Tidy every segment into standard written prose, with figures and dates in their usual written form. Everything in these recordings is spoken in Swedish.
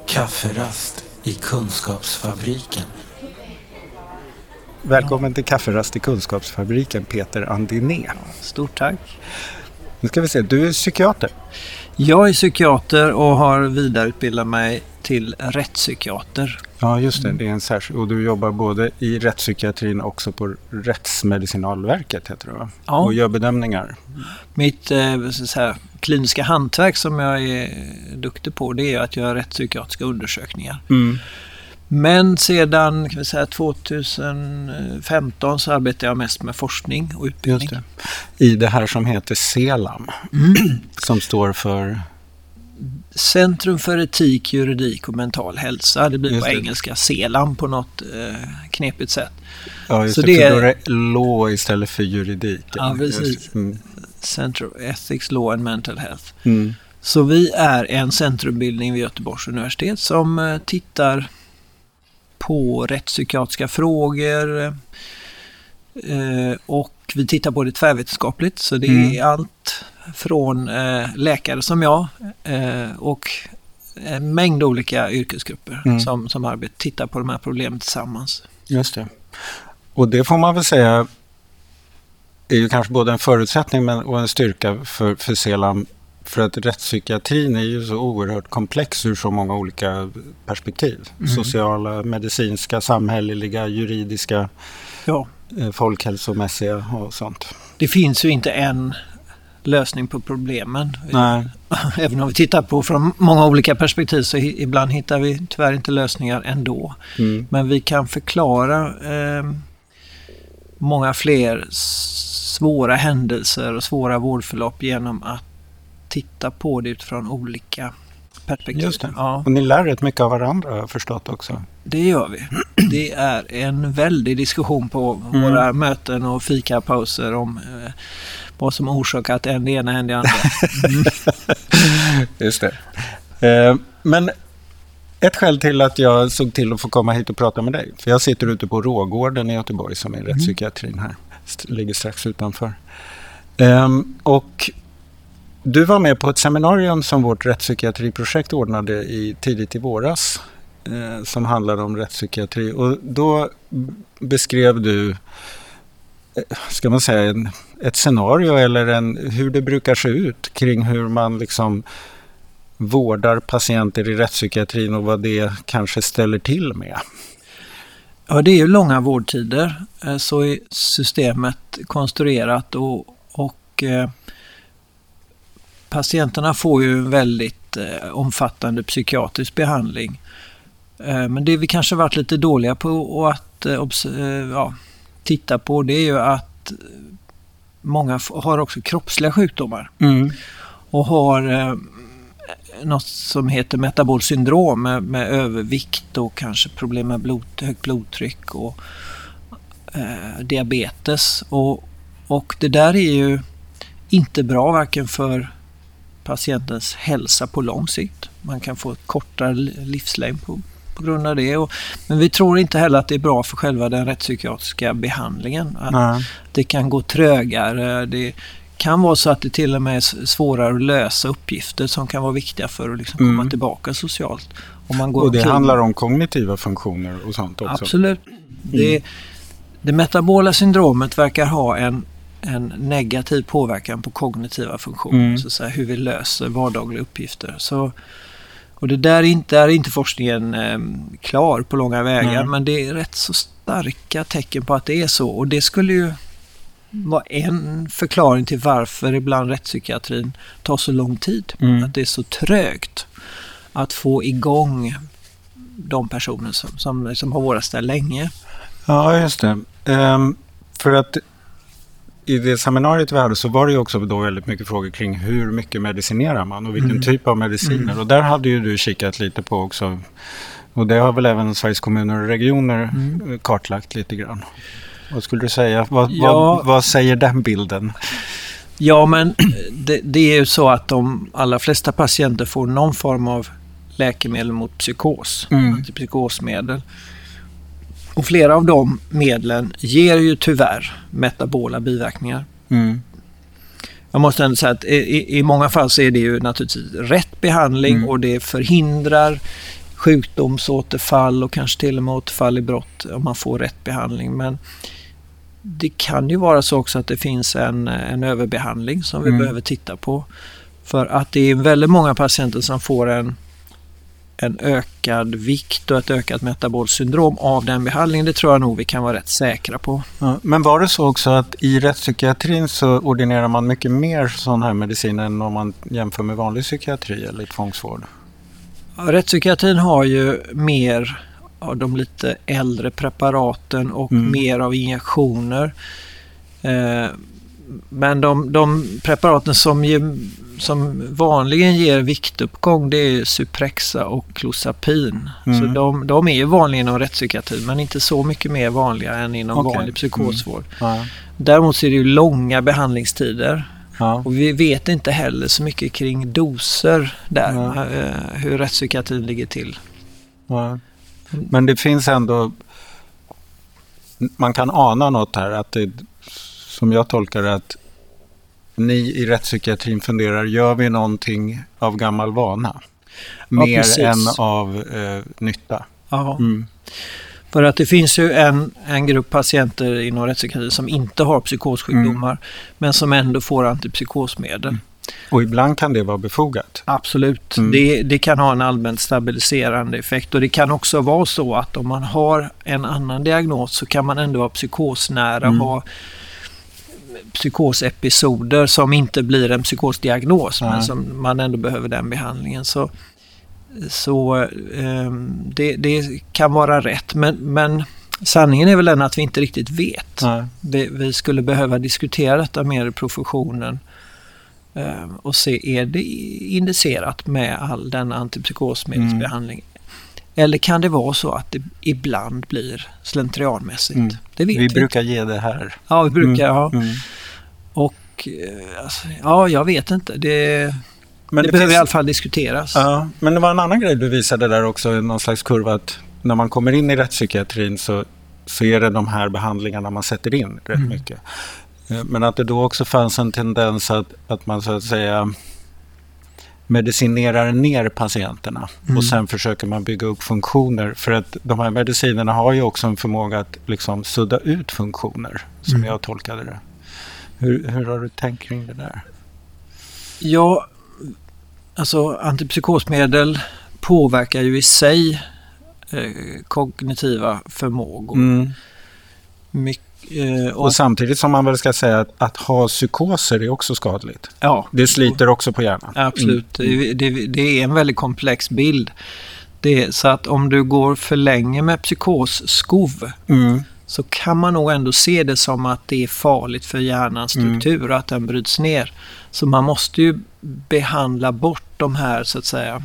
Kafferast i Kunskapsfabriken. Välkommen till Kafferast i Kunskapsfabriken, Peter Andiné. Stort tack. Nu ska vi se, du är psykiater. Jag är psykiater och har vidareutbildat mig till rättspsykiater. Ja, just det. Det är en särskild, och du jobbar både i rättspsykiatrin och också på Rättsmedicinalverket, heter det, va? Ja. Och gör bedömningar. Mitt kliniska hantverk som jag är duktig på, det är att göra rättspsykiatriska undersökningar. Mm. Men sedan 2015 så arbetar jag mest med forskning och utbildning. Just det. I det här som heter CELAM, som står för... Centrum för etik, juridik och mental hälsa. Det blir Just på det. engelska CELAM på något knepigt sätt. Ja, just Så det, det för då är- är det law istället för juridik. Ja, precis. Just det. Mm. Center of Ethics, Law and Mental Health. Mm. Så vi är en centrumbildning vid Göteborgs universitet som tittar på rättspsykiatriska frågor och vi tittar på det tvärvetenskapligt. Så det är allt från läkare som jag och en mängd olika yrkesgrupper som tittar på de här problemen tillsammans. Just det. Och det får man väl säga är ju kanske både en förutsättning och en styrka för CELAM. För att rättspsykiatrin är ju så oerhört komplex ur så många olika perspektiv. Sociala, medicinska, samhälleliga, juridiska, Ja, folkhälsomässiga och sånt. det finns ju inte en lösning på problemen. Nej. Även om vi tittar på från många olika perspektiv så ibland hittar vi tyvärr inte lösningar ändå. Men vi kan förklara många fler svåra händelser och svåra vårdförlopp genom att titta på det utifrån olika perspektiv. Just det. Ja, Och ni lär rätt mycket av varandra, har jag förstått också. det gör vi. Det är en väldig diskussion på våra möten och fikapauser om vad som orsakat en det ena än det andra. Just det. Men ett skäl till att jag såg till att få komma hit och prata med dig. För jag sitter ute på Rågården i Göteborg som är rättspsykiatrin här. Ligger strax utanför. Och du var med på ett seminarium som vårt rättspsykiatriprojekt ordnade tidigt i våras. Som handlade om rättspsykiatri. Och då beskrev du, ska man säga, ett scenario eller hur det brukar se ut kring hur man liksom vårdar patienter i rättspsykiatrin och vad det kanske ställer till med. Ja, det är ju långa vårdtider. Så är systemet konstruerat och patienterna får ju väldigt omfattande psykiatrisk behandling. Men det vi kanske varit lite dåliga på att titta på, det är ju att många har också kroppsliga sjukdomar och har något som heter metabolsyndrom med övervikt och kanske problem med högt blodtryck och diabetes och det där är ju inte bra varken för patientens hälsa på lång sikt. Man kan få kortare livslängd på grund av det. Men vi tror inte heller att det är bra för själva den rättspsykiatriska behandlingen. Att det kan gå trögare. Det kan vara så att det till och med är svårare att lösa uppgifter som kan vara viktiga för att liksom komma tillbaka socialt. Om man går och det handlar om kognitiva funktioner och sånt också. Absolut. Det metabola syndromet verkar ha en negativ påverkan på kognitiva funktioner, så att säga, hur vi löser vardagliga uppgifter. Och det där är inte forskningen klar på långa vägar, men det är rätt så starka tecken på att det är så. Och det skulle ju vara en förklaring till varför ibland rättspsykiatrin tar så lång tid. Att det är så trögt att få igång de personer som har vårdats där länge. Ja, just det. För att i det seminariet vi hade så var det ju också då väldigt mycket frågor kring hur mycket medicinerar man och vilken typ av mediciner. Och där hade ju du kikat lite på också. Och det har väl även Sveriges kommuner och regioner kartlagt lite grann. Vad skulle du säga? Vad säger den bilden? Ja, men det är ju så att de allra flesta patienter får någon form av läkemedel mot psykos. Antipsykosmedel. Och flera av de medlen ger ju tyvärr metabola biverkningar. Jag måste ändå säga att i många fall så är det ju naturligtvis rätt behandling och det förhindrar sjukdomsåterfall och kanske till och med återfall i brott om man får rätt behandling. Men det kan ju vara så också att det finns en överbehandling som vi behöver titta på. För att det är väldigt många patienter som får en ökad vikt och ett ökat metabolt syndrom av den behandlingen. Det tror jag nog vi kan vara rätt säkra på. Ja, men var det så också att i rättspsykiatrin så ordinerar man mycket mer sån här medicin än om man jämför med vanlig psykiatri eller tvångsvård? Ja, rättspsykiatrin har ju mer av de lite äldre preparaten och mer av injektioner. Men de preparaten som vanligen ger viktuppgång, det är Suprexa och Clozapin. Så de är ju vanliga inom rättspsykiatrin, men inte så mycket mer vanliga än inom vanlig psykosvård. Ja. Däremot är det ju långa behandlingstider. Ja. Och vi vet inte heller så mycket kring doser där, hur rättspsykiatrin ligger till. Ja. Men det finns ändå, man kan ana något här, att det, som jag tolkar det, att ni i rättspsykiatrin funderar, gör vi någonting av gammal vana? Mer än av nytta. Ja. För att det finns ju en grupp patienter inom rättspsykiatrin som inte har psykossjukdomar men som ändå får antipsykosmedel. Och ibland kan det vara befogat. Absolut. Det kan ha en allmänt stabiliserande effekt, och det kan också vara så att om man har en annan diagnos så kan man ändå vara psykosnära och ha psykosepisoder som inte blir en psykosdiagnos men som man ändå behöver den behandlingen. Så det kan vara rätt, men sanningen är väl den att vi inte riktigt vet. Vi skulle behöva diskutera detta mer i professionen och se, är det indicerat med all den antipsykosmedelsbehandling? Eller kan det vara så att det ibland blir slentrianmässigt? Det vet vi brukar ge det här. Ja, vi brukar, Och jag vet inte. Det behöver i alla fall diskuteras. Ja, men det var en annan grej du visade där också, någon slags kurva, att när man kommer in i rättspsykiatrin så är det de här behandlingarna man sätter in rätt mycket. Men att det då också fanns en tendens att man så att säga medicinerar ner patienterna och sen försöker man bygga upp funktioner, för att de här medicinerna har ju också en förmåga att liksom sudda ut funktioner, som jag tolkade det. Hur har du tänkt kring det där? Ja, alltså antipsykosmedel påverkar ju i sig kognitiva förmågor. Och samtidigt som man väl ska säga att ha psykoser är också skadligt. Ja. Det sliter också på hjärnan. Absolut. Det är en väldigt komplex bild. Så att om du går för länge med psykosskov så kan man nog ändå se det som att det är farligt för hjärnans struktur, att den bryts ner. Så man måste ju behandla bort de här, så att säga,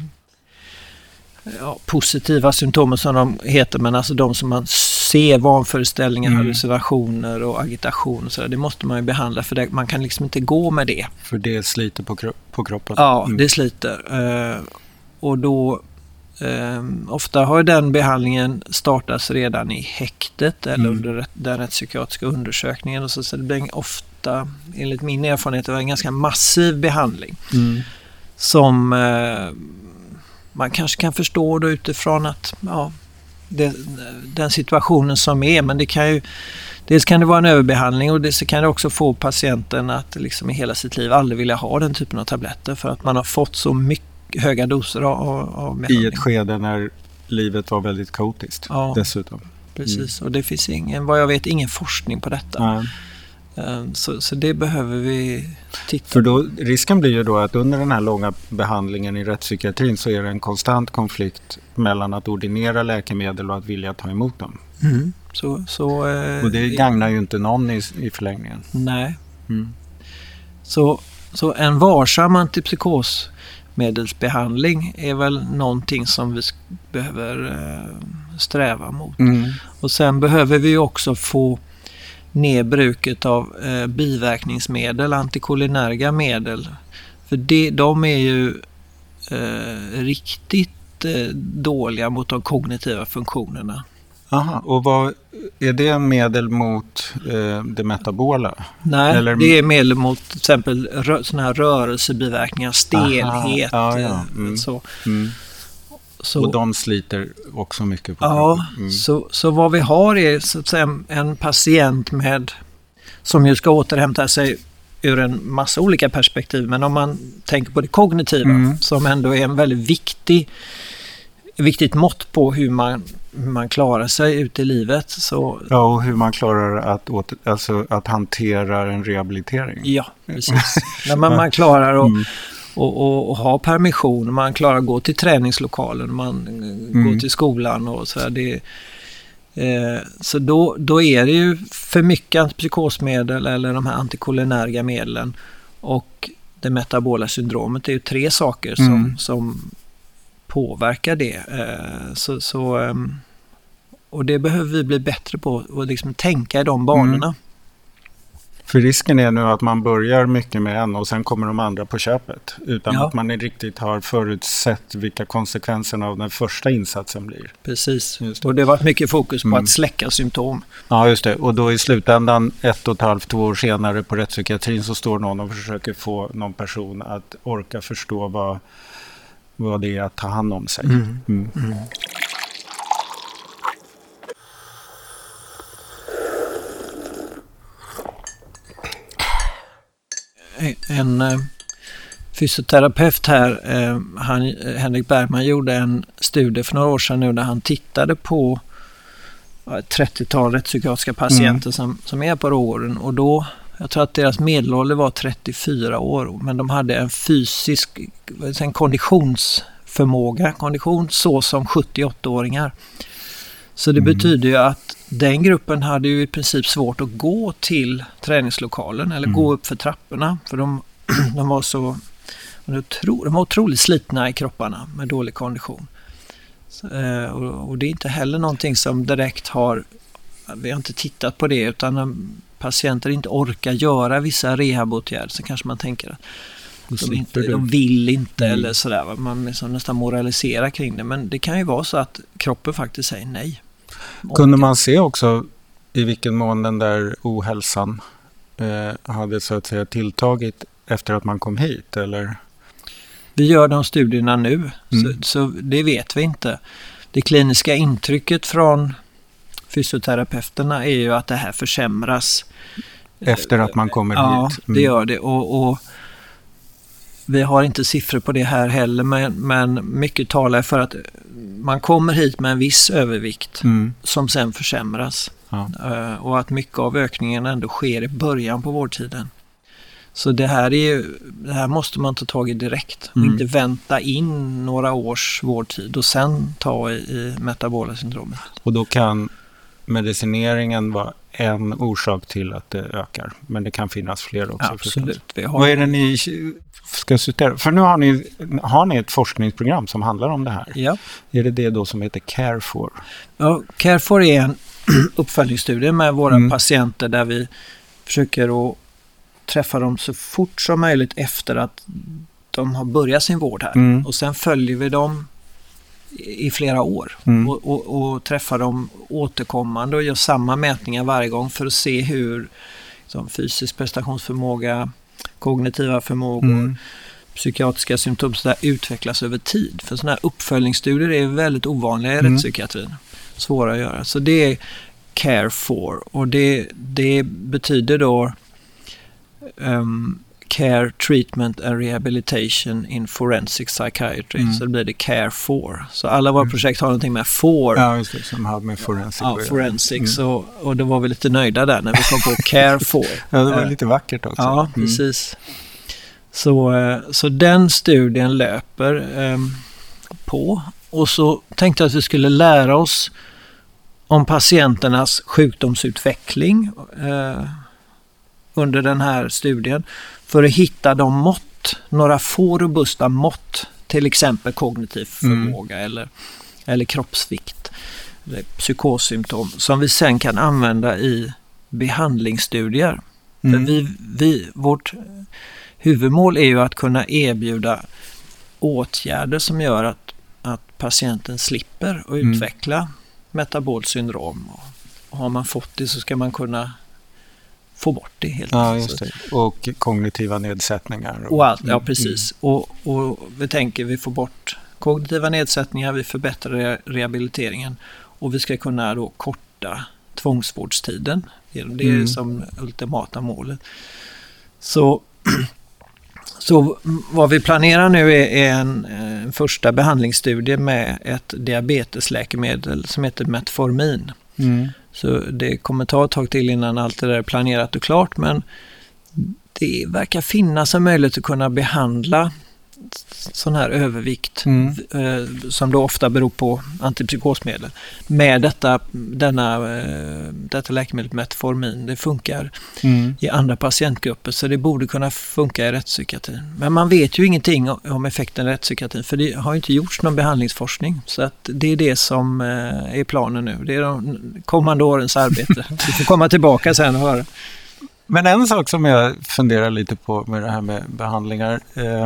positiva symptomen som de heter, men alltså de som man ser, vanföreställningar, hallucinationer och agitation och sådär, det måste man ju behandla, för man kan liksom inte gå med det. För det sliter på kroppen. Ja, det sliter. Och då ofta har den behandlingen startats redan i häktet eller under den rättspsykiatriska undersökningen, och så det blir ofta, enligt min erfarenhet, en ganska massiv behandling som man kanske kan förstå då utifrån att den situationen som är, men det kan ju, dels kan det vara en överbehandling, och det kan det också få patienten att liksom i hela sitt liv aldrig vilja ha den typen av tabletter, för att man har fått så mycket höga doser av behandling. I ett skede när livet var väldigt kaotiskt dessutom. Precis, och det finns vad jag vet, ingen forskning på detta. Så det behöver vi titta på. För då, risken blir ju då att under den här långa behandlingen i rättspsykiatrin så är det en konstant konflikt mellan att ordinera läkemedel och att vilja ta emot dem. Och det gagnar ju inte någon i förlängningen. Nej. Så en varsam antipsykosmedelsbehandling är väl någonting som vi behöver sträva mot. Och sen behöver vi också få ner bruket av biverkningsmedel, antikolinerga medel. För de är ju riktigt dåliga mot de kognitiva funktionerna. Aha, och vad är det medel mot det metabola? Nej, eller? Det är medel mot till exempel sådana här rörelsebiverkningar, stelhet. Och de sliter också mycket på kroppen. Ja, så vad vi har är så att säga en patient som ju ska återhämta sig ur en massa olika perspektiv. Men om man tänker på det kognitiva som ändå är en väldigt viktigt mått på hur man klarar sig ute i livet. Så... Ja, och hur man klarar att hantera en rehabilitering. Ja, precis. När man klarar och ha permission, man klarar att gå till träningslokalen, man går till skolan och så här. Så då är det ju för mycket antipsykosmedel eller de här antikolinerga medlen och det metabola syndromet. Det är ju 3 saker som påverkar det. Och det behöver vi bli bättre på och liksom tänka i de banorna. För risken är nu att man börjar mycket med en och sen kommer de andra på köpet utan att man riktigt har förutsett vilka konsekvenserna av den första insatsen blir. Precis, och det har varit mycket fokus på att släcka symptom. Ja, just det. Och då i slutändan 1,5-2 år senare på rättspsykiatrin så står någon och försöker få någon person att orka förstå vad det är att ta hand om sig. En fysioterapeut här, Henrik Bergman, gjorde en studie för några år sedan nu där han tittade på 30-tal rättspsykiatriska patienter som är på råden, och då, jag tror att deras medelålder var 34 år, men de hade en kondition så som 78-åringar. Så det betyder ju att den gruppen hade ju i princip svårt att gå till träningslokalen eller gå upp för trapporna, för de var otroligt slitna i kropparna med dålig kondition. Och det är inte heller någonting som direkt vi har inte tittat på det, utan när patienter inte orkar göra vissa rehabåtgärder så kanske man tänker att de vill inte eller sådär. Man nästan moraliserar kring det, men det kan ju vara så att kroppen faktiskt säger nej. Kunde man se också i vilken mån den där ohälsan hade så att säga tilltagit efter att man kom hit, eller? Vi gör de studierna nu, så det vet vi inte. Det kliniska intrycket från fysioterapeuterna är ju att det här försämras. Efter att man kommer hit? Ja, det gör det. Och vi har inte siffror på det här heller, men mycket talar för att man kommer hit med en viss övervikt som sen försämras. Ja. Och att mycket av ökningen ändå sker i början på vårdtiden. Så det här måste man ta tag i direkt och inte vänta in några års vårdtid och sen ta i metabola syndromet. Och då kan medicineringen vara en orsak till att det ökar, men det kan finnas fler också. Absolut. Vad är det ni ska studera? För nu har ni ett forskningsprogram som handlar om det här. Ja. Är det då som heter CARE4? Ja, CARE4 är en uppföljningsstudie med våra patienter där vi försöker att träffa dem så fort som möjligt efter att de har börjat sin vård här. Och sen följer vi dem i flera år och träffar dem återkommande och gör samma mätningar varje gång för att se hur fysisk prestationsförmåga, kognitiva förmågor, psykiatriska symptom så där utvecklas över tid. För sådana här uppföljningsstudier är väldigt ovanliga i rättspsykiatrin. Svåra att göra. Så det är CARE4 och det betyder då Care, Treatment and Rehabilitation in Forensic Psychiatry. Så det blir det CARE4. Så alla våra projekt har någonting med FOR. Ja, just det, som har med forensic. Ja, forensic. Och då var vi lite nöjda där när vi kom på CARE4. Ja, det var lite vackert också. Ja, precis. Så den studien löper på. Och så tänkte jag att vi skulle lära oss om patienternas sjukdomsutveckling under den här studien för att hitta några få robusta mått, till exempel kognitiv förmåga eller kroppsvikt eller psykossymptom som vi sen kan använda i behandlingsstudier. För vårt huvudmål är ju att kunna erbjuda åtgärder som gör att patienten slipper att utveckla metabolt syndrom. Och har man fått det så ska man kunna få bort det helt enkelt. Ja, just det. Och kognitiva nedsättningar. Och allt, ja precis. Och vi tänker vi får bort kognitiva nedsättningar, vi förbättrar rehabiliteringen och vi ska kunna då korta tvångsvårdstiden. Det är som ultimata målet. Så vad vi planerar nu är en första behandlingsstudie med ett diabetesläkemedel som heter Metformin. Så det kommer ta ett tag till innan allt det där är planerat och klart, men det verkar finnas en möjlighet att kunna behandla sån här övervikt som då ofta beror på antipsykosmedel med detta läkemedel Metformin. Det funkar i andra patientgrupper, så det borde kunna funka i rättspsykiatrin. Men man vet ju ingenting om effekten i rättspsykiatrin, för det har inte gjorts någon behandlingsforskning, så att det är det som är planen nu. Det är de kommande årens arbete. Vi får komma tillbaka sen och höra. Men en sak som jag funderar lite på med det här med behandlingar,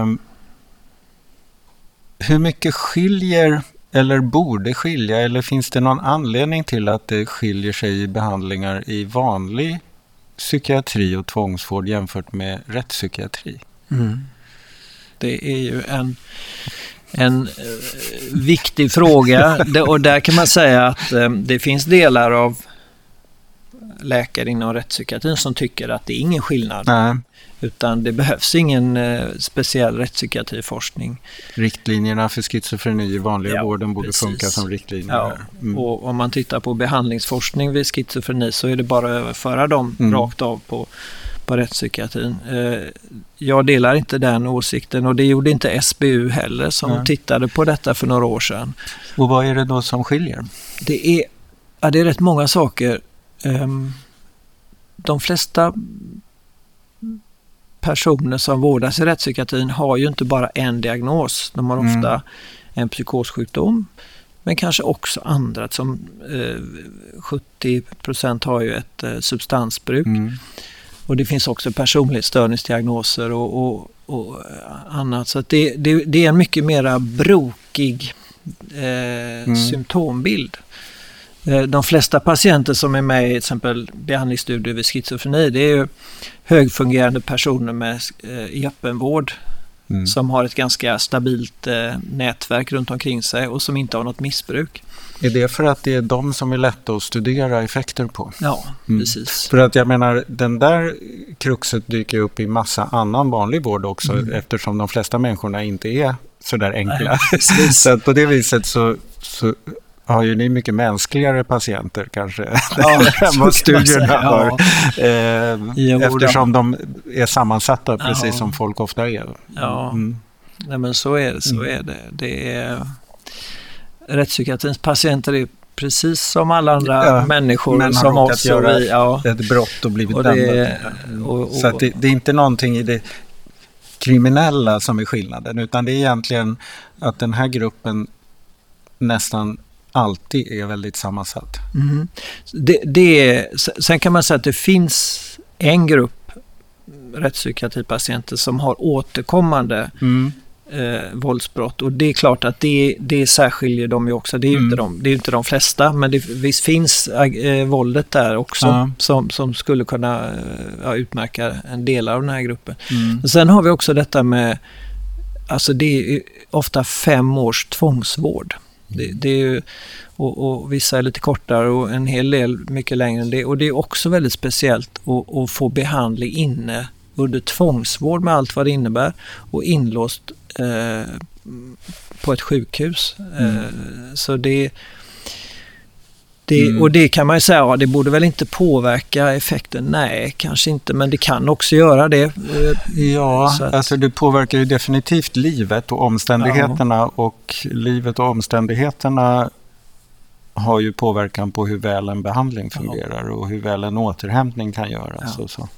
hur mycket skiljer eller borde skilja, eller finns det någon anledning till att det skiljer sig i behandlingar i vanlig psykiatri och tvångsvård jämfört med rättspsykiatri? Det är ju en viktig fråga, och där kan man säga att det finns delar av läkare inom rättspsykiatrin som tycker att det är ingen skillnad. Nej. Utan det behövs ingen speciell rättspsykiatriforskning. Riktlinjerna för schizofreni i vanliga vården borde funka som riktlinjer. Ja. Och om man tittar på behandlingsforskning vid schizofreni så är det bara att överföra dem rakt av på rättspsykiatrin. Jag delar inte den åsikten, och det gjorde inte SBU heller som tittade på detta för några år sedan. Och vad är det då som skiljer? Det är rätt många saker. De flesta personer som vårdas i rättspsykiatrin har ju inte bara en diagnos. De har ofta en psykossjukdom, men kanske också andra, som 70% har ju ett substansbruk. Och det finns också personlighetsstörningsdiagnoser och annat. Så att det är en mycket mera brokig symptombild. De flesta patienter som är med i till exempel behandlingsstudier vid schizofreni, det är ju högfungerande personer i öppenvård som har ett ganska stabilt nätverk runt omkring sig och som inte har något missbruk. Är det för att det är de som är lätta att studera effekter på? Ja, precis. För att jag menar, den där kruxet dyker upp i massa annan vanlig vård också, eftersom de flesta människorna inte är så där enkla. Nej, så att på det viset så har ju ni mycket mänskligare patienter kanske än vad studierna har. Eftersom de är sammansatta precis som folk ofta är. Ja, nej, men så är det. Det är rättspsykiatrins patienter är precis som alla andra människor som också göra ett brott och blivit dömda. Så att det är inte någonting i det kriminella som är skillnaden, utan det är egentligen att den här gruppen nästan alltid är väldigt sammansatt. Sen kan man säga att det finns en grupp rättspsykiatripatienter som har återkommande våldsbrott, och det är klart att det särskiljer dem ju också. Det är ju inte de flesta, men visst finns våldet där också som skulle kunna utmärka en del av den här gruppen. Sen har vi också detta med, alltså det är ofta 5 års tvångsvård. Det är ju, och vissa är lite kortare och en hel del mycket längre än det. Och det är också väldigt speciellt att få behandling inne under tvångsvård med allt vad det innebär, och inlåst på ett sjukhus. Så och det kan man ju säga, det borde väl inte påverka effekten. Nej, kanske inte, men det kan också göra det. Ja, alltså det påverkar ju definitivt livet och omständigheterna, och livet och omständigheterna har ju påverkan på hur väl en behandling fungerar och hur väl en återhämtning kan göras.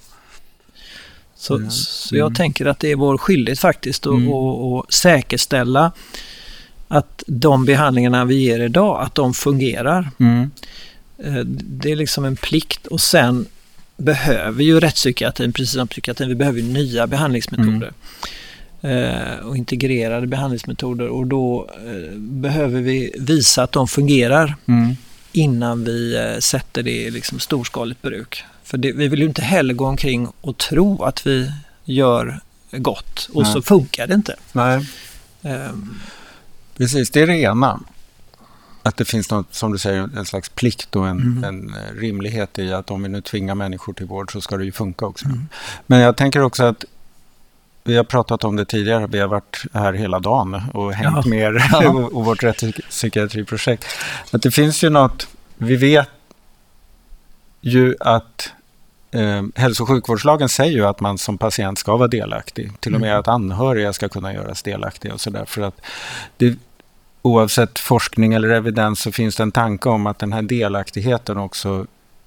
Så jag tänker att det är vår skyldighet faktiskt att säkerställa att de behandlingarna vi ger idag, att de fungerar. Det är liksom en plikt, och sen behöver ju rättspsykiatrin, precis som psykiatrin, vi behöver nya behandlingsmetoder och integrerade behandlingsmetoder, och då behöver vi visa att de fungerar innan vi sätter det i liksom storskaligt bruk. För vi vill ju inte heller gå omkring och tro att vi gör gott och så funkar det inte. Nej. Precis, det är det ena. Att det finns något, som du säger, en slags plikt och en rimlighet i att om vi nu tvingar människor till vård så ska det ju funka också. Men jag tänker också att vi har pratat om det tidigare, vi har varit här hela dagen och hängt med och vårt rättspsykiatriprojekt. Att det finns ju något, vi vet ju att hälso- och sjukvårdslagen säger ju att man som patient ska vara delaktig. Till och med att anhöriga ska kunna göras delaktiga och sådär. För att det, oavsett forskning eller evidens så finns det en tanke om att den här delaktigheten också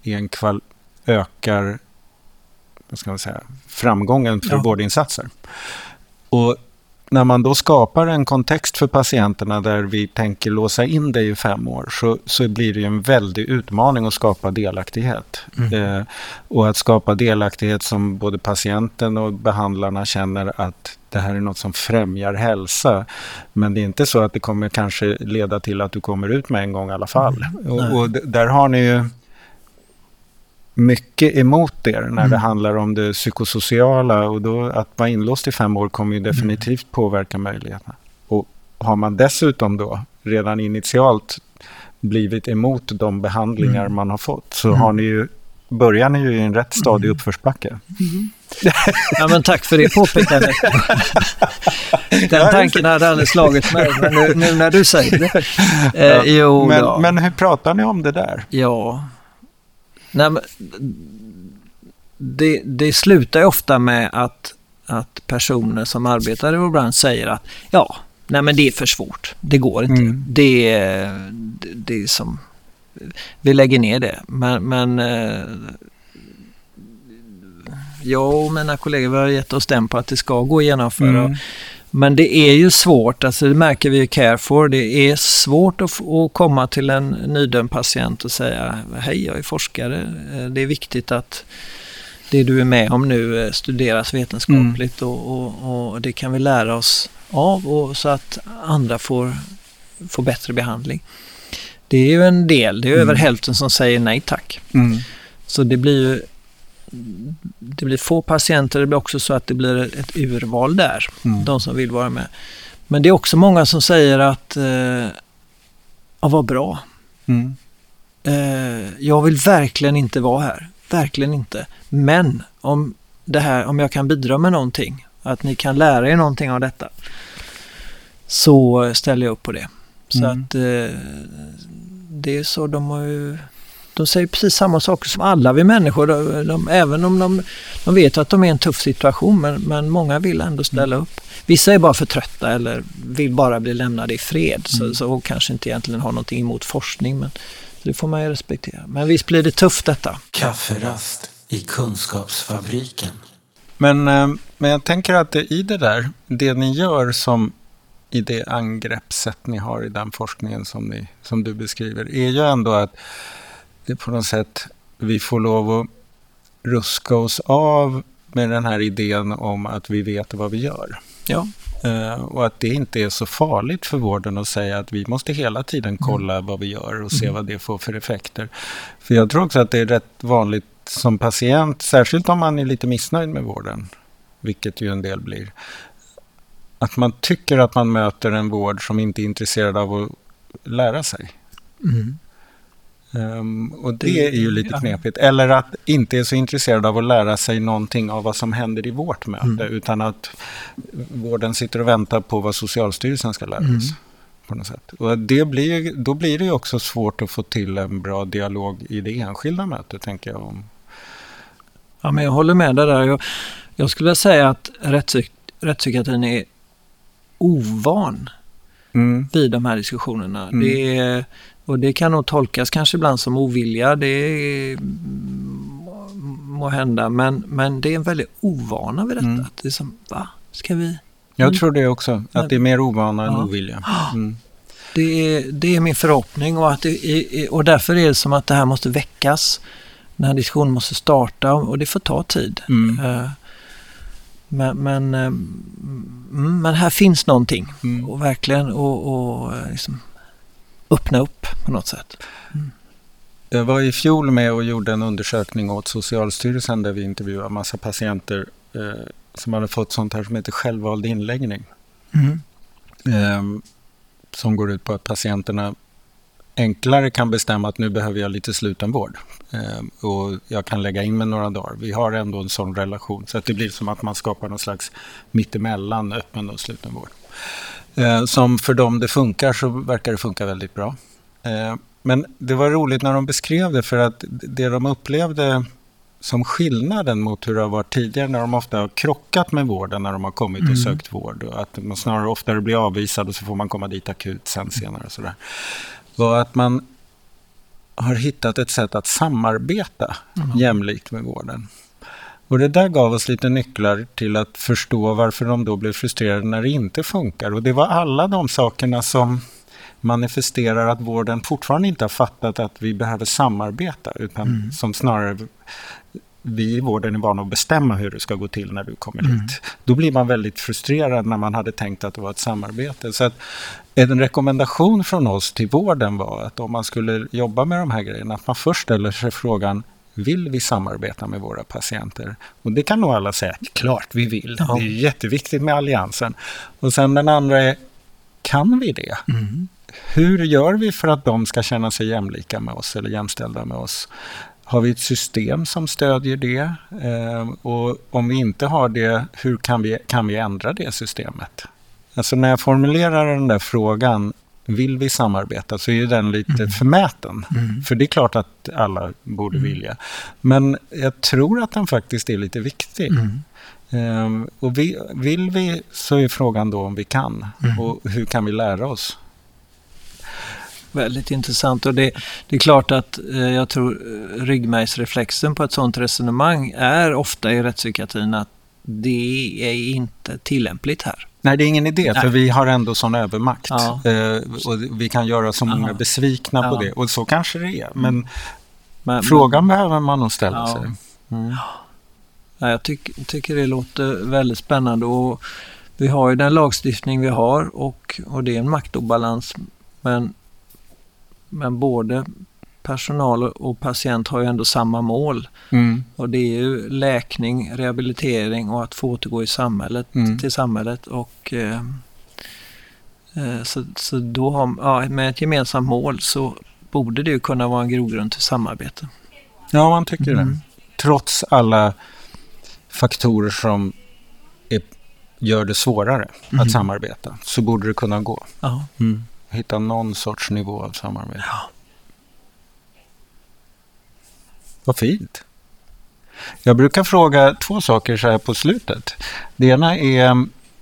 ökar, vad ska man säga, framgången för vårdinsatser. Och när man då skapar en kontext för patienterna där vi tänker låsa in det i 5 år så blir det ju en väldig utmaning att skapa delaktighet. Och att skapa delaktighet som både patienten och behandlarna känner att det här är något som främjar hälsa. Men det är inte så att det kommer kanske leda till att du kommer ut med en gång i alla fall. Och där har ni ju mycket emot er när det handlar om det psykosociala, och då att vara inlåst i 5 år kommer ju definitivt påverka möjligheterna. Och har man dessutom då redan initialt blivit emot de behandlingar man har fått så börjar ni ju i en rätt stadig uppförsbacke. Ja, men tack för det påpekandet. Den tanken hade aldrig slagit mig, men nu när du säger det. Men hur pratar ni om det där? Ja. Nej, men det slutar ju ofta med att personer som arbetar i vår bransch säger att nej men det är för svårt, det går inte. Det är som vi lägger ner det. Men jag och mina kollegor har gett oss den på att det ska gå att genomföra. Men det är ju svårt, alltså det märker vi i Care4, det är svårt att komma till en nydömd patient och säga hej, jag är forskare, det är viktigt att det du är med om nu studeras vetenskapligt och det kan vi lära oss av och så att andra får bättre behandling. Det är ju en del, det är över hälften som säger nej tack. Så det blir få patienter, det blir också så att det blir ett urval där, de som vill vara med. Men det är också många som säger att vad bra. Jag vill verkligen inte vara här, verkligen inte. Men om jag kan bidra med någonting, att ni kan lära er någonting av detta, så ställer jag upp på det. Så att det är så de säger precis samma saker som alla vi människor, även om de vet att de är i en tuff situation, men många vill ändå ställa upp. Vissa är bara för trötta eller vill bara bli lämnade i fred så kanske inte egentligen har någonting emot forskning, men det får man ju respektera. Men visst blir det tufft detta. Kafferast i kunskapsfabriken. Men jag tänker att i det ni gör som i det angreppssätt ni har i den forskningen som du beskriver, är ju ändå att det på något sätt vi får lov att ruska oss av med den här idén om att vi vet vad vi gör. Ja. Och att det inte är så farligt för vården att säga att vi måste hela tiden kolla vad vi gör och se vad det får för effekter. För jag tror också att det är rätt vanligt som patient, särskilt om man är lite missnöjd med vården, vilket ju en del blir, att man tycker att man möter en vård som inte är intresserad av att lära sig. Och det är ju lite knepigt. Eller att inte är så intresserad av att lära sig någonting av vad som händer i vårt möte, utan att vården sitter och väntar på vad Socialstyrelsen ska lära oss på något sätt. Och då blir det ju också svårt att få till en bra dialog i det enskilda mötet, tänker jag om. Ja, men jag håller med där. Jag skulle vilja säga att rättspsykiatrin är ovan vid de här diskussionerna. Och det kan nog tolkas kanske ibland som ovilja, det må hända, men det är en väldigt ovana vid detta. Det är som, ska vi? Jag tror det också, att det är mer ovana än ovilja. Det är min förhoppning, och därför är det som att det här måste väckas. Den här diskussionen måste starta och det får ta tid. Men här finns någonting och verkligen och liksom öppna upp på något sätt. Jag var i fjol med och gjorde en undersökning åt Socialstyrelsen där vi intervjuade en massa patienter som hade fått sånt här som heter självvald inläggning. som går ut på att patienterna enklare kan bestämma att nu behöver jag lite slutenvård och jag kan lägga in med några dagar. Vi har ändå en sån relation så att det blir som att man skapar någon slags mittemellan öppen och slutenvård. Som för dem det funkar så verkar det funka väldigt bra. Men det var roligt när de beskrev det, för att det de upplevde som skillnaden mot hur det har varit tidigare, när de ofta har krockat med vården när de har kommit och sökt vård, och att man snarare oftare blir avvisad och så får man komma dit akut sen senare och sådär, var att man har hittat ett sätt att samarbeta jämlikt med vården. Och det där gav oss lite nycklar till att förstå varför de då blev frustrerade när det inte funkar. Och det var alla de sakerna som manifesterar att vården fortfarande inte har fattat att vi behöver samarbeta, utan som snarare vi i vården är vana att bestämma hur det ska gå till när du kommer hit. Då blir man väldigt frustrerad när man hade tänkt att det var ett samarbete. Så att en rekommendation från oss till vården var att om man skulle jobba med de här grejerna, att man först ställer sig frågan: vill vi samarbeta med våra patienter? Och det kan nog alla säga, klart vi vill. Ja. Det är jätteviktigt med alliansen. Och sen den andra är, kan vi det? Hur gör vi för att de ska känna sig jämlika med oss eller jämställda med oss? Har vi ett system som stödjer det? Och om vi inte har det, hur kan vi ändra det systemet? Alltså när jag formulerar den där frågan, vill vi samarbeta, så är den lite förmäten. För det är klart att alla borde vilja. Men jag tror att den faktiskt är lite viktig. Och vill vi, så är frågan då om vi kan. Och hur kan vi lära oss? Väldigt intressant, och det är klart att jag tror ryggmärgsreflexen på ett sådant resonemang är ofta i rättspsykiatrin att det är inte tillämpligt här. Nej, det är ingen idé, för vi har ändå sån övermakt. Och vi kan göra så många besvikna på det. Och så kanske det är. Men frågan behöver man nog ställa sig. Ja, jag tycker det låter väldigt spännande. Och vi har ju den lagstiftning vi har, och det är en maktobalans. Men både personal och patient har ju ändå samma mål. Och det är ju läkning, rehabilitering och att få återgå i samhället, till samhället. Och så då har, med ett gemensamt mål så borde det ju kunna vara en grogrund till samarbete. Ja, man tycker det. Trots alla faktorer som gör det svårare att samarbeta, så borde det kunna gå. Hitta någon sorts nivå av samarbete. Ja. Vad fint. Jag brukar fråga 2 saker så här på slutet. Det ena är,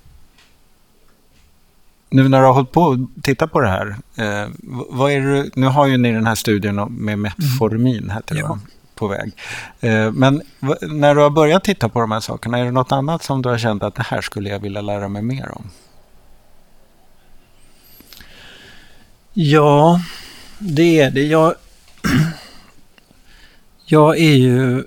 nu när du har hållit på att titta på det här, vad är det, nu har ju ni den här studien med Metformin heter det, på väg. Men när du har börjat titta på de här sakerna, är det något annat som du har känt att det här skulle jag vilja lära mig mer om? Ja, det är det. Jag är ju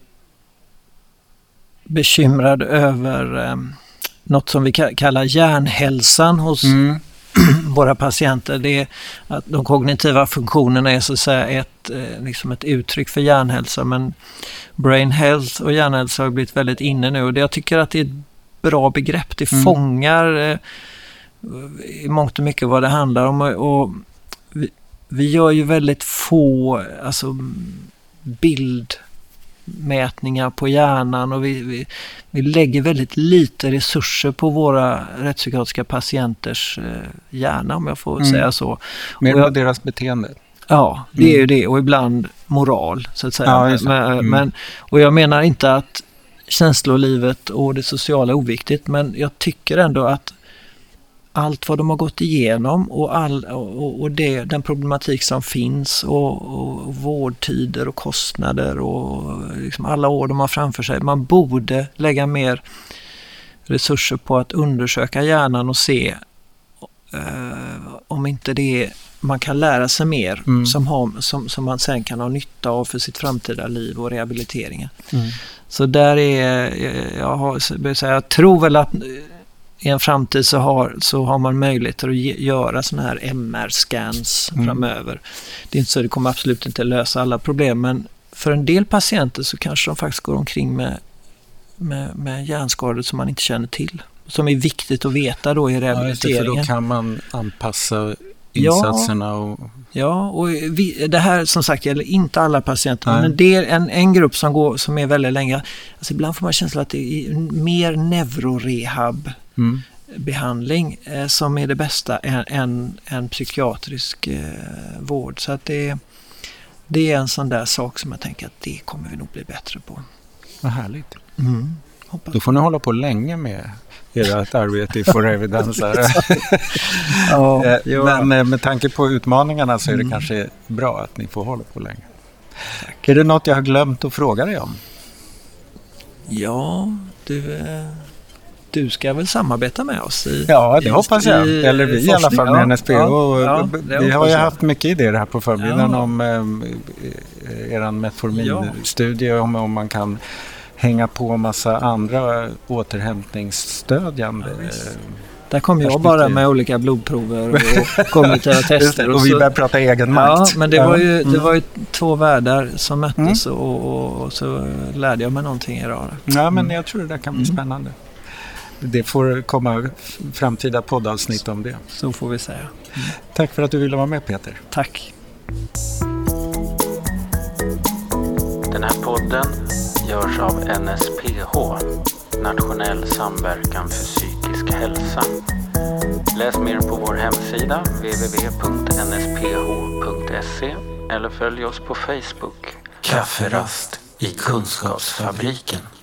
bekymrad över något som vi kallar hjärnhälsan hos våra patienter. Det är att de kognitiva funktionerna är så att säga ett uttryck för hjärnhälsa, men brain health och hjärnhälsa har blivit väldigt inne nu, och jag tycker att det är ett bra begrepp. Det fångar i mångt och mycket vad det handlar om, och vi gör ju väldigt få bildmätningar på hjärnan, och vi lägger väldigt lite resurser på våra rättspsykiatriska patienters hjärna, om jag får säga så. Mer på deras beteende. Ja, det är ju det, och ibland moral så att säga. Ja, och jag menar inte att känslolivet och det sociala är oviktigt, men jag tycker ändå att allt vad de har gått igenom och den problematik som finns och vårdtider och kostnader och liksom alla år de har framför sig. Man borde lägga mer resurser på att undersöka hjärnan och se om inte det man kan lära sig mer som man sen kan ha nytta av för sitt framtida liv och rehabiliteringen. Så där jag tror väl att i en framtid så har man möjlighet att göra såna här MR-scans framöver. Det är inte så, det kommer absolut inte lösa alla problem, men för en del patienter så kanske de faktiskt går omkring med hjärnskador som man inte känner till. Som är viktigt att veta då i rehabiliteringen. Ja, för då kan man anpassa insatserna. Och det här som sagt gäller inte alla patienter. Nej. Men det är en grupp som är väldigt länge. Alltså ibland får man känsla att det är mer neurorehab behandling som är det bästa än psykiatrisk vård. Så att det är en sån där sak som jag tänker att det kommer vi nog bli bättre på. Vad härligt. Hoppas. Då får ni hålla på länge med ert arbete i For Evidence. Men med tanke på utmaningarna så är det kanske bra att ni får hålla på länge. Tack. Är det något jag har glömt att fråga dig om? Ja, du ska väl samarbeta med oss? Det hoppas jag. Eller vi i alla fall med NSPH. Vi har ju haft mycket idéer här på förmiddagen om er metforminstudie, om man kan hänga på massa andra återhämtningsstödjande. Där kom jag bara med olika blodprover och kognitiva tester. Och vi började prata egen makt. Ja, men det var ju två världar som möttes och så lärde jag mig någonting idag. Ja, men jag tror det där kan bli spännande. Det får komma framtida poddavsnitt om det. Så får vi säga. Tack för att du ville vara med, Peter. Tack. Den här podden görs av NSPH, Nationell samverkan för psykisk hälsa. Läs mer på vår hemsida www.nsph.se eller följ oss på Facebook. Kafferast i Kunskapsfabriken.